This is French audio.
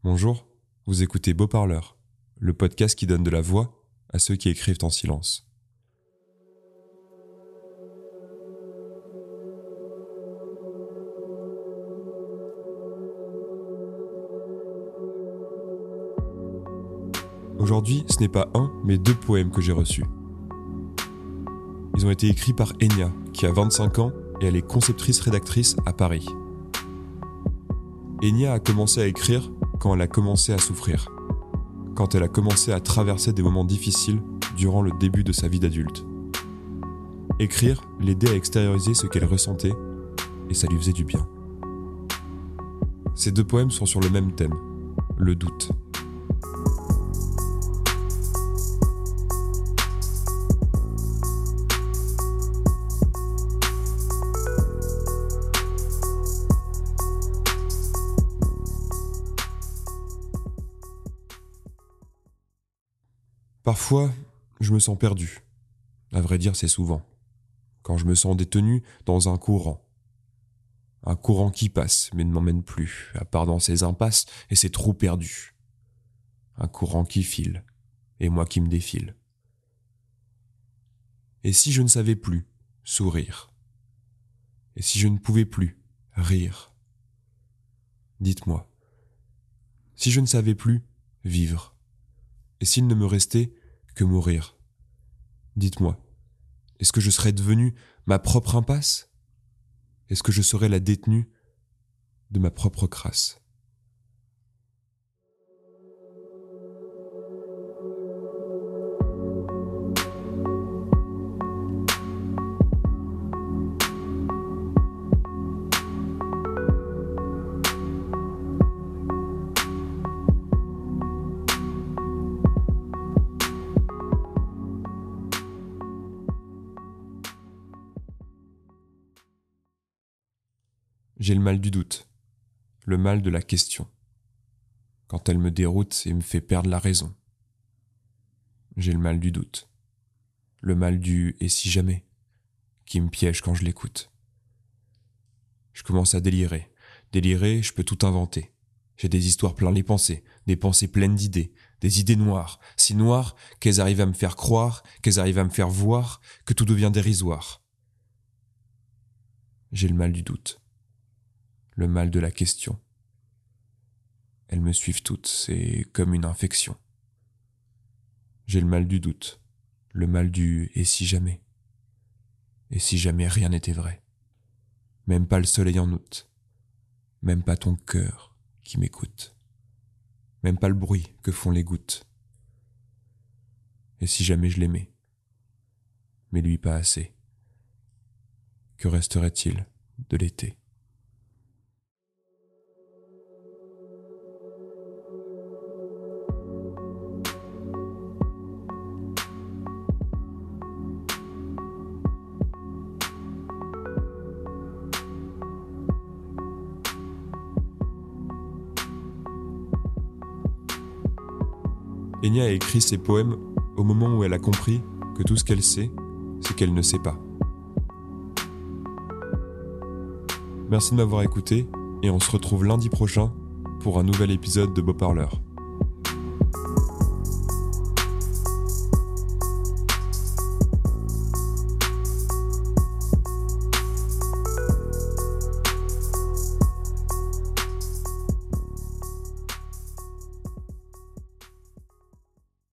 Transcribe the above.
Bonjour, vous écoutez Beau Parleur, le podcast qui donne de la voix à ceux qui écrivent en silence. Aujourd'hui, ce n'est pas un, mais 2 poèmes que j'ai reçus. Ils ont été écrits par Enya, qui a 25 ans et elle est conceptrice-rédactrice à Paris. Enya a commencé à écrire quand elle a commencé à souffrir, quand elle a commencé à traverser des moments difficiles durant le début de sa vie d'adulte. Écrire l'aidait à extérioriser ce qu'elle ressentait et ça lui faisait du bien. Ces 2 poèmes sont sur le même thème, le doute. Parfois, je me sens perdu. À vrai dire, c'est souvent. Quand je me sens détenu dans un courant. Un courant qui passe, mais ne m'emmène plus, à part dans ses impasses et ses trous perdus. Un courant qui file, et moi qui me défile. Et si je ne savais plus sourire? Et si je ne pouvais plus rire? Dites-moi. Si je ne savais plus vivre? Et s'il ne me restait que mourir? Dites-moi, est-ce que je serais devenu ma propre impasse? Est-ce que je serais la détenue de ma propre crasse? J'ai le mal du doute, le mal de la question, quand elle me déroute et me fait perdre la raison. J'ai le mal du doute, le mal du « et si jamais » qui me piège quand je l'écoute. Je commence à délirer, je peux tout inventer. J'ai des histoires plein les pensées, des pensées pleines d'idées, des idées noires, si noires qu'elles arrivent à me faire croire, qu'elles arrivent à me faire voir que tout devient dérisoire. J'ai le mal du doute. Le mal de la question. Elles me suivent toutes, c'est comme une infection. J'ai le mal du doute, le mal du « et si jamais » rien n'était vrai. Même pas le soleil en août, même pas ton cœur qui m'écoute, même pas le bruit que font les gouttes. Et si jamais je l'aimais, mais lui pas assez, que resterait-il de l'été ? Enya a écrit ses poèmes au moment où elle a compris que tout ce qu'elle sait, c'est qu'elle ne sait pas. Merci de m'avoir écouté et on se retrouve lundi prochain pour un nouvel épisode de Beau Parleur.